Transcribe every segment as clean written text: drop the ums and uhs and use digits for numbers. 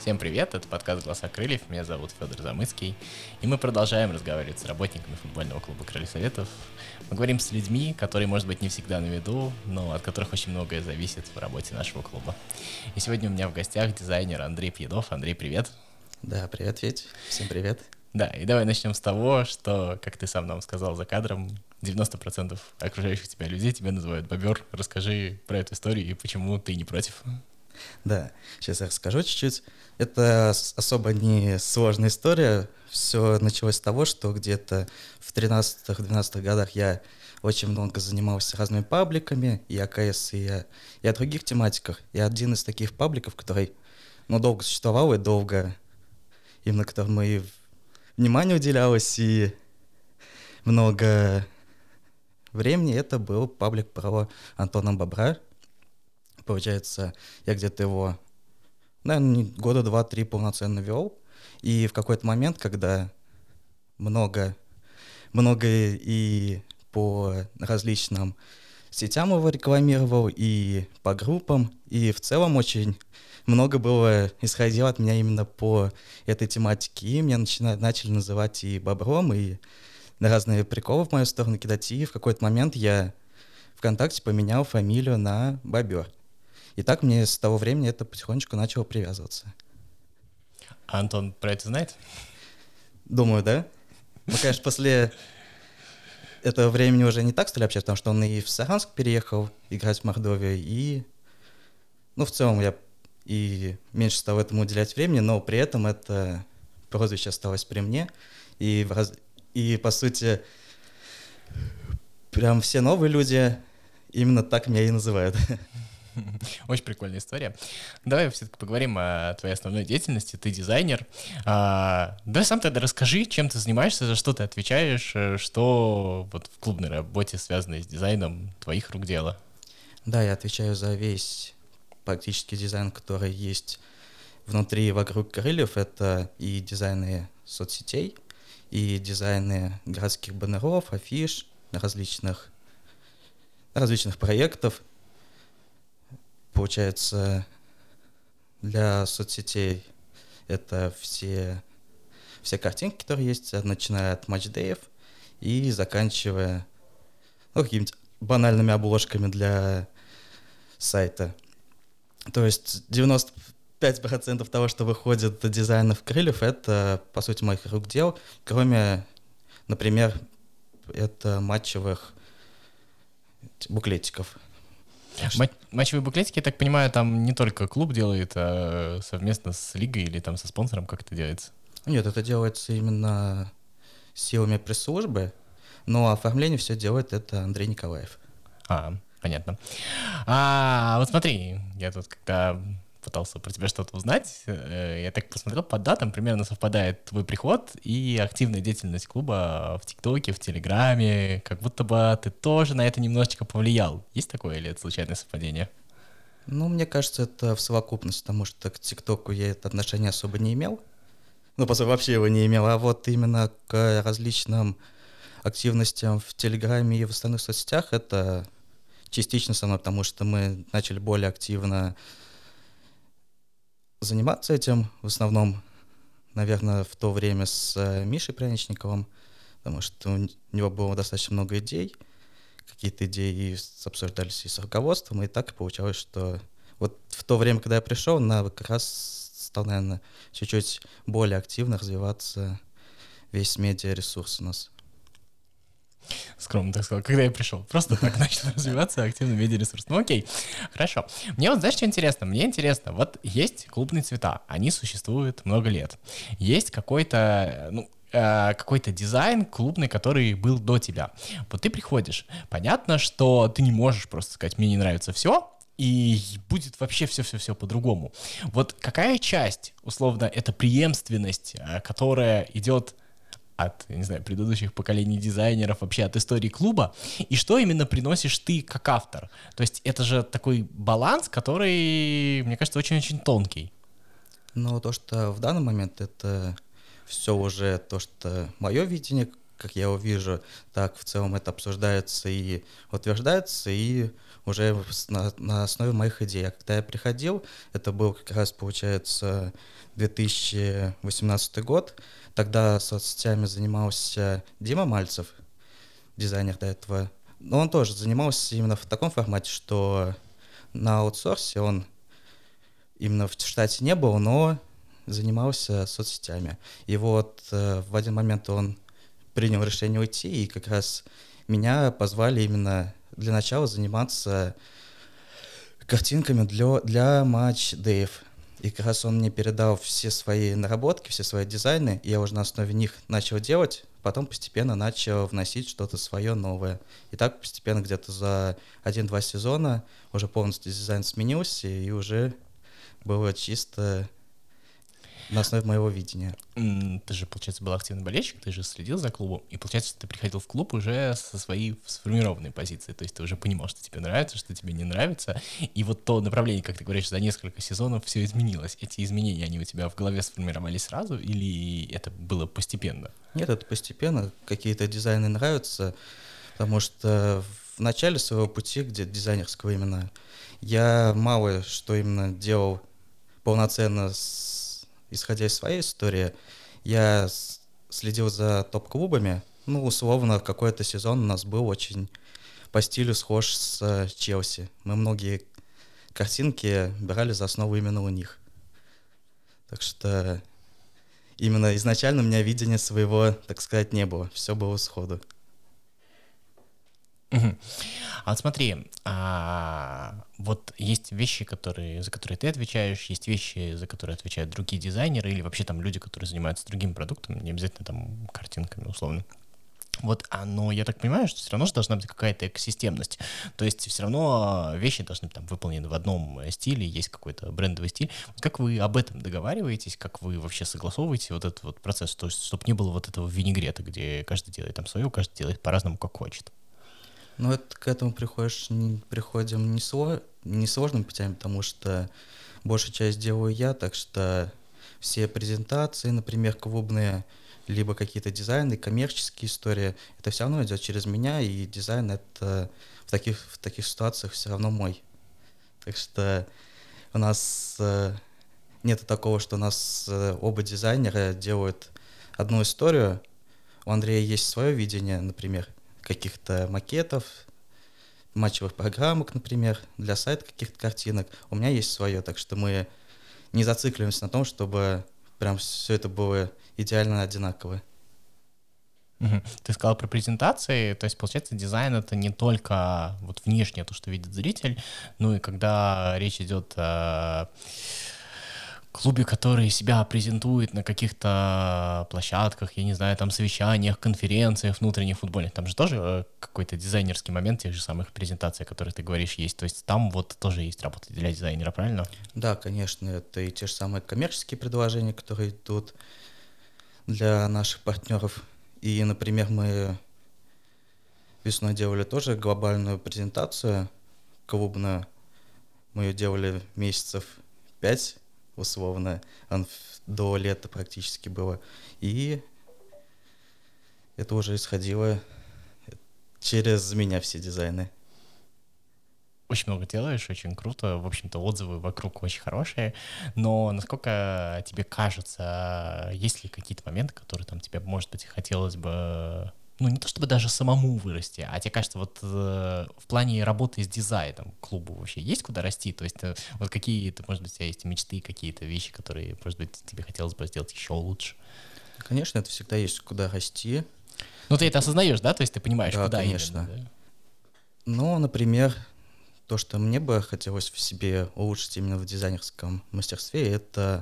Всем привет, это подкаст «Голоса крыльев», меня зовут Федор Замыцкий, и мы продолжаем разговаривать с работниками футбольного клуба «Крылья Советов». Мы говорим с людьми, которые, может быть, не всегда на виду, но от которых очень многое зависит в работе нашего клуба. И сегодня у меня в гостях дизайнер Андрей Пьедов. Андрей, привет. Да, привет, Ведь. Всем привет. Да, и давай начнем с того, что, как ты сам нам сказал за кадром, 90% окружающих тебя людей тебя называют бобер. Расскажи про эту историю и почему ты не против. Да, сейчас я расскажу чуть-чуть. Это особо не сложная история. Все началось с того, что где-то в 13-12 годах я очень много занимался разными пабликами, и АКС, и о других тематиках. И один из таких пабликов, который долго существовал, и долго именно которому и внимание уделялось, и много времени, это был паблик про Антона Бобра. Получается, я где-то его, наверное, года 2-3 полноценно вел. И в какой-то момент, когда много и по различным сетям его рекламировал, и по группам, и в целом очень много было исходило от меня именно по этой тематике. И меня начали называть и бобром, и разные приколы в мою сторону кидать. И в какой-то момент я ВКонтакте поменял фамилию на Бобер. И так мне с того времени это потихонечку начало привязываться. А Антон про это знает? Думаю, да. Мы, конечно, после этого времени уже не так стали общаться, потому что он и в Саранск переехал играть в Мордовию, и, в целом я и меньше стал этому уделять времени, но при этом это прозвище осталось при мне, и по сути, прям все новые люди именно так меня и называют. Очень прикольная история. Давай все-таки поговорим о твоей основной деятельности. Ты дизайнер. Давай сам тогда расскажи, чем ты занимаешься, за что ты отвечаешь, что вот в клубной работе, связанной с дизайном, твоих рук дело. Да, я отвечаю за весь практически дизайн, который есть внутри и вокруг крыльев. Это и дизайны соцсетей, и дизайны городских баннеров, афиш, различных проектов. Получается, для соцсетей это все картинки, которые есть, начиная от матчдеев и заканчивая какими-то банальными обложками для сайта. То есть 95% того, что выходит от дизайнов крыльев, это, по сути, моих рук дел, кроме, например, это матчевых буклетиков. Матчевые буклетики, я так понимаю, там не только клуб делает, а совместно с лигой или там со спонсором, как это делается? Нет, это делается именно силами пресс-службы, но оформление все делает это Андрей Николаев. Понятно. Вот смотри, я тут когда пытался про тебя что-то узнать, я так посмотрел по датам, примерно совпадает твой приход и активная деятельность клуба в ТикТоке, в Телеграме, как будто бы ты тоже на это немножечко повлиял. Есть такое или это случайное совпадение? Мне кажется, это в совокупности, потому что к ТикТоку я это отношение особо не имел. По сути, вообще его не имел, а вот именно к различным активностям в Телеграме и в остальных соцсетях это частично со мной, потому что мы начали более активно заниматься этим, в основном, наверное, в то время с Мишей Пряничниковым, потому что у него было достаточно много идей, какие-то идеи обсуждались и с руководством, и так и получалось, что вот в то время, когда я пришел, как раз стал, наверное, чуть-чуть более активно развиваться весь медиаресурс у нас. Скромно так сказал, когда я пришел. Просто так начал развиваться активно медиаресурс. Окей, хорошо. Мне вот знаешь, что интересно? Мне интересно, вот есть клубные цвета, они существуют много лет. Есть какой-то дизайн клубный, который был до тебя. Вот ты приходишь, понятно, что ты не можешь просто сказать, мне не нравится все, и будет вообще все по-другому. Вот какая часть, условно, это преемственность, которая идет от, не знаю, предыдущих поколений дизайнеров, вообще от истории клуба, и что именно приносишь ты как автор? То есть это же такой баланс, который, мне кажется, очень-очень тонкий. То, что в данный момент это все уже то, что мое видение как я увижу, так в целом это обсуждается и утверждается, и уже на основе моих идей. А когда я приходил, это был как раз, получается, 2018 год, тогда соцсетями занимался Дима Мальцев, дизайнер до этого, но он тоже занимался именно в таком формате, что на аутсорсе он именно в штате не был, но занимался соцсетями. И вот в один момент он принял решение уйти, и как раз меня позвали именно для начала заниматься картинками для Match Dave. И как раз он мне передал все свои наработки, все свои дизайны, и я уже на основе них начал делать, потом постепенно начал вносить что-то свое новое. И так постепенно где-то за 1-2 сезона уже полностью дизайн сменился, и уже было чисто на основе моего видения. Ты же, получается, был активный болельщик, ты же следил за клубом, и, получается, ты приходил в клуб уже со своей сформированной позиции, то есть ты уже понимал, что тебе нравится, что тебе не нравится, и вот то направление, как ты говоришь, за несколько сезонов все изменилось. Эти изменения, они у тебя в голове сформировались сразу, или это было постепенно? Нет, это постепенно. Какие-то дизайны нравятся, потому что в начале своего пути, где дизайнерского именно, я мало что именно делал полноценно исходя из своей истории. Я следил за топ-клубами. Ну, условно, какой-то сезон у нас был очень по стилю схож с Челси. Мы многие картинки брали за основу именно у них. Так что именно изначально у меня видения своего, так сказать, не было. Все было сходу. А вот смотри, вот есть вещи, за которые ты отвечаешь, есть вещи, за которые отвечают другие дизайнеры или вообще там люди, которые занимаются другим продуктом, не обязательно там картинками условно. Вот, но я так понимаю, что все равно же должна быть какая-то экосистемность. То есть все равно вещи должны быть там выполнены в одном стиле, есть какой-то брендовый стиль. Вот как вы об этом договариваетесь, как вы вообще согласовываете вот этот вот процесс, то есть чтобы не было вот этого винегрета, где каждый делает там свое, каждый делает по-разному, как хочет. Ну, это к этому приходим несложным путями, потому что большую часть делаю я, так что все презентации, например, клубные, либо какие-то дизайны, коммерческие истории, это все равно идет через меня, и дизайн это в таких ситуациях все равно мой. Так что у нас нет такого, что у нас оба дизайнера делают одну историю. У Андрея есть свое видение, например, каких-то макетов, матчевых программок, например, для сайта каких-то картинок. У меня есть свое, так что мы не зацикливаемся на том, чтобы прям все это было идеально одинаково. Ты сказал про презентации, то есть, получается, дизайн — это не только вот внешнее, то, что видит зритель, ну и когда речь идет о клубе, который себя презентует на каких-то площадках, я не знаю, там совещаниях, конференциях внутренних футбольных, там же тоже какой-то дизайнерский момент тех же самых презентаций, о которых ты говоришь, есть. То есть там вот тоже есть работа для дизайнера, правильно? Да, конечно, это и те же самые коммерческие предложения, которые идут для наших партнеров. И, например, мы весной делали тоже глобальную презентацию клубную. Мы ее делали месяцев 5, условно, до лета практически было. И это уже исходило через меня все дизайны. Очень много делаешь, очень круто. В общем-то, отзывы вокруг очень хорошие. Но насколько тебе кажется, есть ли какие-то моменты, которые там тебе, может быть, хотелось бы, ну, не то чтобы даже самому вырасти, а тебе кажется, вот в плане работы с дизайном клубу вообще есть куда расти? То есть вот какие-то, может быть, у тебя есть мечты, какие-то вещи, которые, может быть, тебе хотелось бы сделать еще лучше? Конечно, это всегда есть куда расти. Ну, ты это осознаешь, да? То есть ты понимаешь, Да, куда конечно. именно, да? Ну, например, то, что мне бы хотелось в себе улучшить именно в дизайнерском мастерстве, это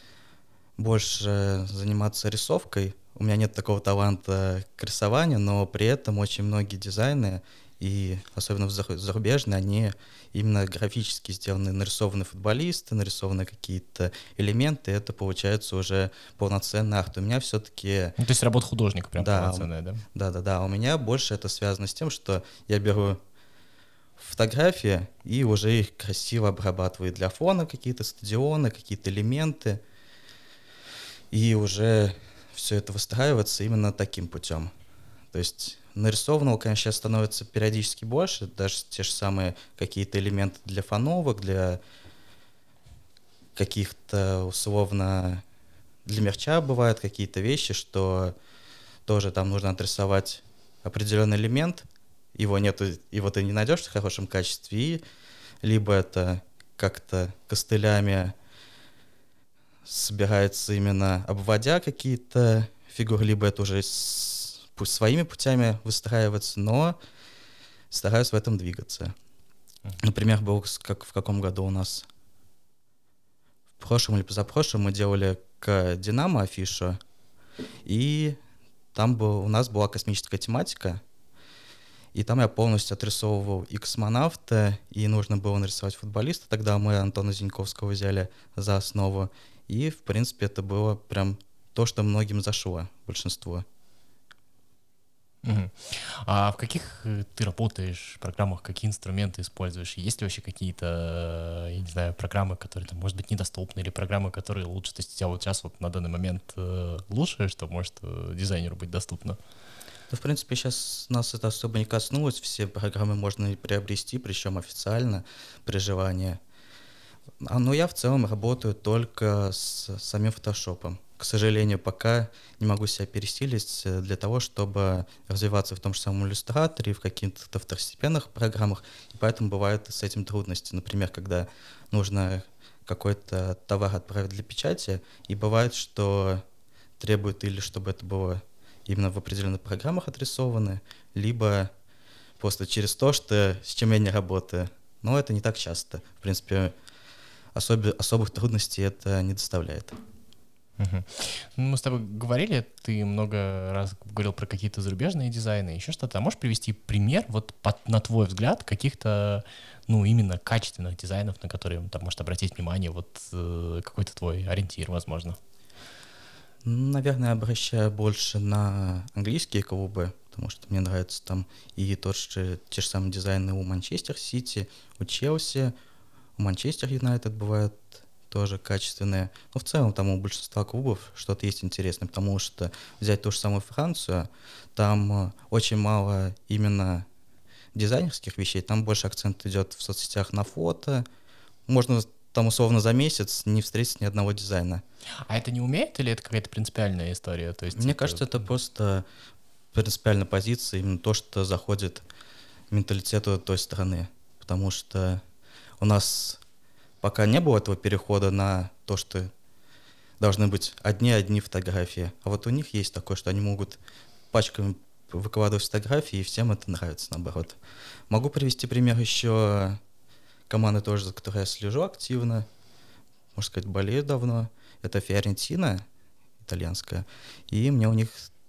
больше заниматься рисовкой. У меня нет такого таланта к рисованию, но при этом очень многие дизайны, и особенно зарубежные, они именно графически сделаны, нарисованы футболисты, нарисованы какие-то элементы, это получается уже полноценный арт. У меня все-таки... Ну, то есть работа художника прям Да, полноценная, да? Да. У меня больше это связано с тем, что я беру фотографии и уже их красиво обрабатываю для фона, какие-то стадионы, какие-то элементы, и уже все это выстраивается именно таким путем. То есть нарисованного, конечно, сейчас становится периодически больше, даже те же самые какие-то элементы для фановок, для каких-то условно для мерча бывают какие-то вещи, что тоже там нужно отрисовать определенный элемент, его нету, его ты не найдешь в хорошем качестве, и либо это как-то костылями собирается именно обводя какие-то фигуры, либо это уже пусть своими путями выстраиваться, но стараюсь в этом двигаться. Например, был как в каком году у нас в прошлом или позапрошлом мы делали к Динамо афишу, и там у нас была космическая тематика, и там я полностью отрисовывал и космонавта, и нужно было нарисовать футболиста. Тогда мы Антона Зиньковского взяли за основу, и, в принципе, это было прям то, что многим зашло, большинство. Мгм. А в каких ты работаешь программах, какие инструменты используешь? Есть ли вообще какие-то, я не знаю, программы, которые там, может быть, недоступны, или программы, которые лучше, то есть у тебя вот сейчас вот на данный момент лучше, что может дизайнеру быть доступно? Ну, в принципе, сейчас нас это особо не коснулось, все программы можно и приобрести, причем официально, при желании. Но я в целом работаю только с самим фотошопом. К сожалению, пока не могу себя пересилить для того, чтобы развиваться в том же самом иллюстраторе, в каких-то второстепенных программах, и поэтому бывают с этим трудности. Например, когда нужно какой-то товар отправить для печати, и бывает, что требует или чтобы это было именно в определенных программах отрисовано, либо просто через то, что с чем я не работаю. Но это не так часто. В принципе, особых трудностей это не доставляет. Мгм. Ну, мы с тобой говорили, ты много раз говорил про какие-то зарубежные дизайны, еще что-то. А можешь привести пример, вот на твой взгляд, каких-то, ну, именно качественных дизайнов, на которые там может обратить внимание, вот какой-то твой ориентир, возможно? Наверное, обращаю больше на английские клубы, потому что мне нравится там и те же самые дизайны у Манчестер Сити, у Челси, у Манчестер Юнайтед бывают тоже качественные. Но в целом там у большинства клубов что-то есть интересное, потому что взять ту же самую Францию, там очень мало именно дизайнерских вещей, там больше акцент идет в соцсетях на фото. Можно там условно за месяц не встретить ни одного дизайна. А это не умеет или это какая-то принципиальная история? То есть Мне кажется, это просто принципиальная позиция, именно то, что заходит менталитету той страны. Потому что у нас пока не было этого перехода на то, что должны быть одни фотографии. А вот у них есть такое, что они могут пачками выкладывать фотографии, и всем это нравится, наоборот. Могу привести пример еще команды тоже, за которой я слежу активно, можно сказать, болею давно. Это Фиорентина, итальянская. И мне у них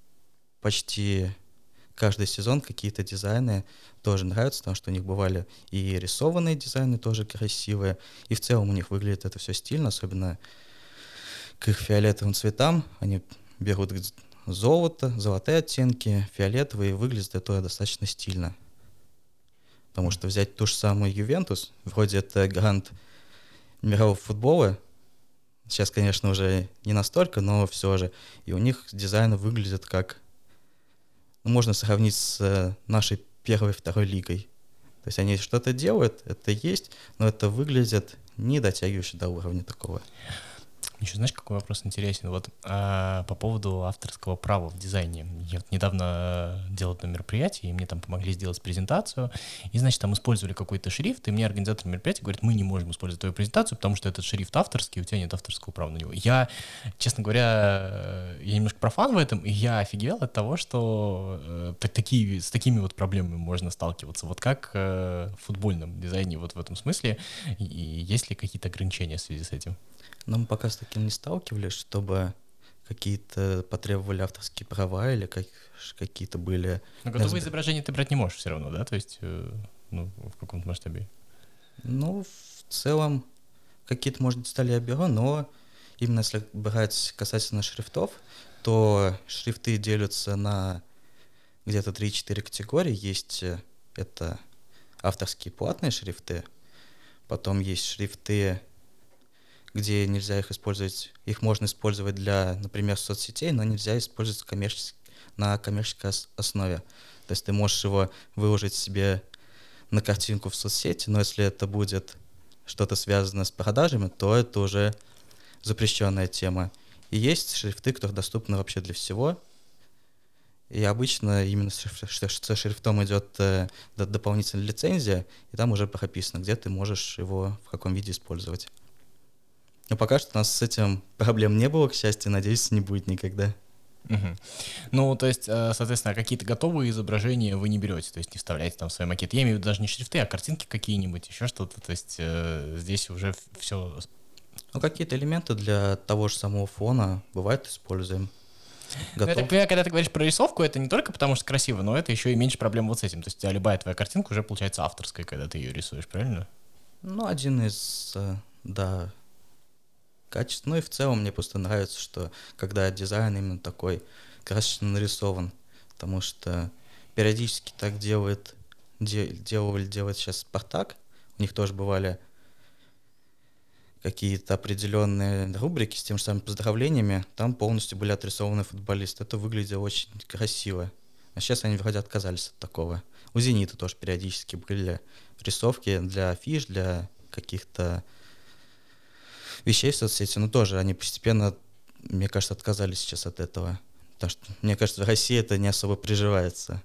почти каждый сезон какие-то дизайны тоже нравятся, потому что у них бывали и рисованные дизайны тоже красивые, и в целом у них выглядит это все стильно, особенно к их фиолетовым цветам. Они берут золотые оттенки, фиолетовые, и выглядит это достаточно стильно. Потому что взять ту же самую Ювентус, вроде это грант мирового футбола, сейчас, конечно, уже не настолько, но все же, и у них дизайны выглядят как можно сравнить с нашей первой, второй лигой. То есть они что-то делают, это есть, но это выглядит не дотягивающе до уровня такого. Еще знаешь, какой вопрос интересен? Вот по поводу авторского права в дизайне. Я вот недавно делал одно мероприятие, и мне там помогли сделать презентацию, и, значит, там использовали какой-то шрифт, и мне организатор мероприятия говорит, мы не можем использовать твою презентацию, потому что этот шрифт авторский, у тебя нет авторского права на него. Я, честно говоря, я немножко профан в этом, и я офигел от того, что с такими вот проблемами можно сталкиваться. Вот как в футбольном дизайне вот в этом смысле, и есть ли какие-то ограничения в связи с этим? Но мы пока с таким не сталкивались, чтобы какие-то потребовали авторские права или какие-то были... Но готовые изображения ты брать не можешь все равно, да? То есть, ну, в каком-то масштабе. Ну, в целом, какие-то, может, детали я беру, но именно если брать касательно шрифтов, то шрифты делятся на где-то 3-4 категории. Есть это авторские платные шрифты, потом есть шрифты, где нельзя их использовать, их можно использовать для, например, соцсетей, но нельзя использовать на коммерческой основе. То есть ты можешь его выложить себе на картинку в соцсети, но если это будет что-то связано с продажами, то это уже запрещенная тема. И есть шрифты, которые доступны вообще для всего. И обычно именно со шрифтом идет дополнительная лицензия, и там уже прописано, где ты можешь его в каком виде использовать. Но пока что у нас с этим проблем не было, к счастью, надеюсь, не будет никогда. Угу. Ну, то есть, соответственно, какие-то готовые изображения вы не берете, то есть не вставляете там в свой макет. Я имею в виду даже не шрифты, а картинки какие-нибудь, еще что-то. То есть здесь уже все. Ну, какие-то элементы для того же самого фона бывает используем. Ну, я так понимаю, когда ты говоришь про рисовку, это не только потому, что красиво, но это еще и меньше проблем вот с этим. То есть у тебя любая твоя картинка уже получается авторская, когда ты ее рисуешь, правильно? Ну, один из, да, качеств. Ну и в целом мне просто нравится, что когда дизайн именно такой красочно нарисован, потому что периодически так делает сейчас Спартак. У них тоже бывали какие-то определенные рубрики с тем же самыми поздравлениями. Там полностью были отрисованы футболисты. Это выглядело очень красиво. А сейчас они вроде отказались от такого. У «Зенита» тоже периодически были рисовки для афиш, для каких-то вещей в соцсети, но тоже они постепенно, мне кажется, отказались сейчас от этого. Потому что, мне кажется, в России это не особо приживается.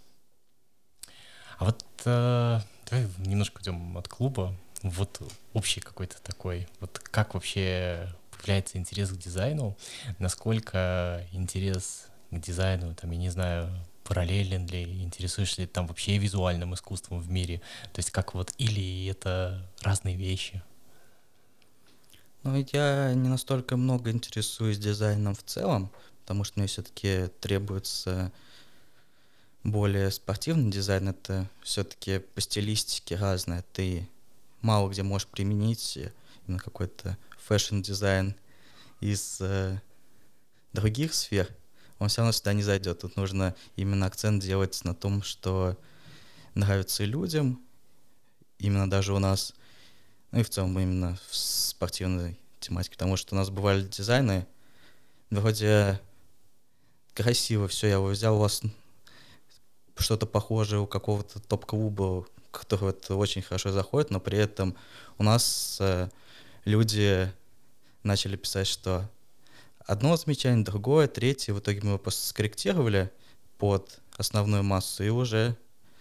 А вот давай немножко уйдем от клуба. Вот общий какой-то такой, вот как вообще появляется интерес к дизайну, насколько интерес к дизайну, там, я не знаю, параллелен ли, интересуешься ли там вообще визуальным искусством в мире, то есть как вот, или это разные вещи? Ну, я не настолько много интересуюсь дизайном в целом, потому что мне все-таки требуется более спортивный дизайн, это все-таки по стилистике разное, ты мало где можешь применить именно какой-то фэшн-дизайн из других сфер, он все равно сюда не зайдет. Тут нужно именно акцент делать на том, что нравится и людям, именно даже у нас, ну и в целом именно в спортивной тематике, потому что у нас бывали дизайны, вроде красиво все, я взял у вас что-то похожее у какого-то топ-клуба, который это очень хорошо заходит, но при этом у нас люди начали писать, что одно замечание, другое, третье, в итоге мы его просто скорректировали под основную массу, и уже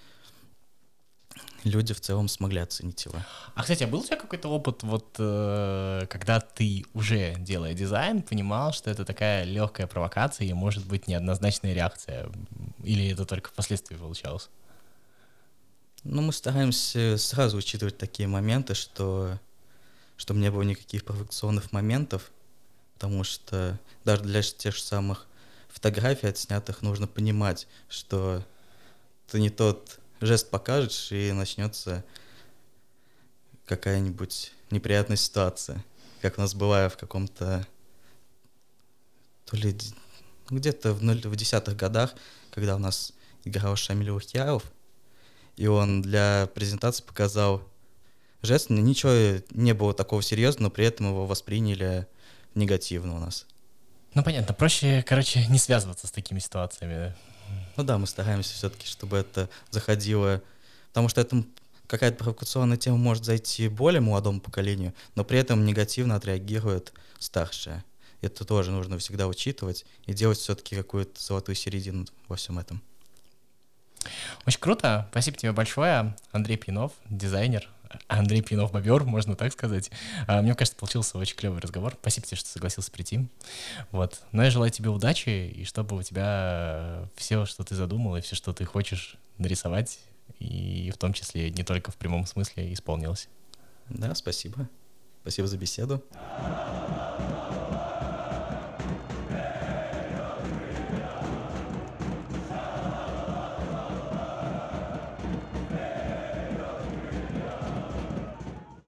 люди в целом смогли оценить его. А, кстати, а был у тебя какой-то опыт, вот когда ты уже, делая дизайн, понимал, что это такая легкая провокация и может быть неоднозначная реакция? Или это только впоследствии получалось? Ну, мы стараемся сразу учитывать такие моменты, чтобы не было никаких провокационных моментов, потому что даже для тех же самых фотографий отснятых нужно понимать, что ты не тот жест покажешь, и начнется какая-нибудь неприятная ситуация. Как у нас бывало в каком-то... То ли где-то в 10-х годах, когда у нас играл Шамиль Ухьяров, и он для презентации показал жест. Ничего не было такого серьезного, но при этом его восприняли негативно у нас. Ну, понятно. Проще, короче, не связываться с такими ситуациями. Ну да, мы стараемся все-таки, чтобы это заходило, потому что это какая-то провокационная тема может зайти более молодому поколению, но при этом негативно отреагирует старшее. Это тоже нужно всегда учитывать и делать все-таки какую-то золотую середину во всем этом. Очень круто. Спасибо тебе большое. Андрей Пьянов, дизайнер. Андрей Пьянов-бобер, можно так сказать. Мне кажется, получился очень клевый разговор. Спасибо тебе, что согласился прийти. Вот. Но я желаю тебе удачи, и чтобы у тебя все, что ты задумал, и все, что ты хочешь нарисовать, и в том числе не только в прямом смысле, исполнилось. Да, спасибо. Спасибо за беседу.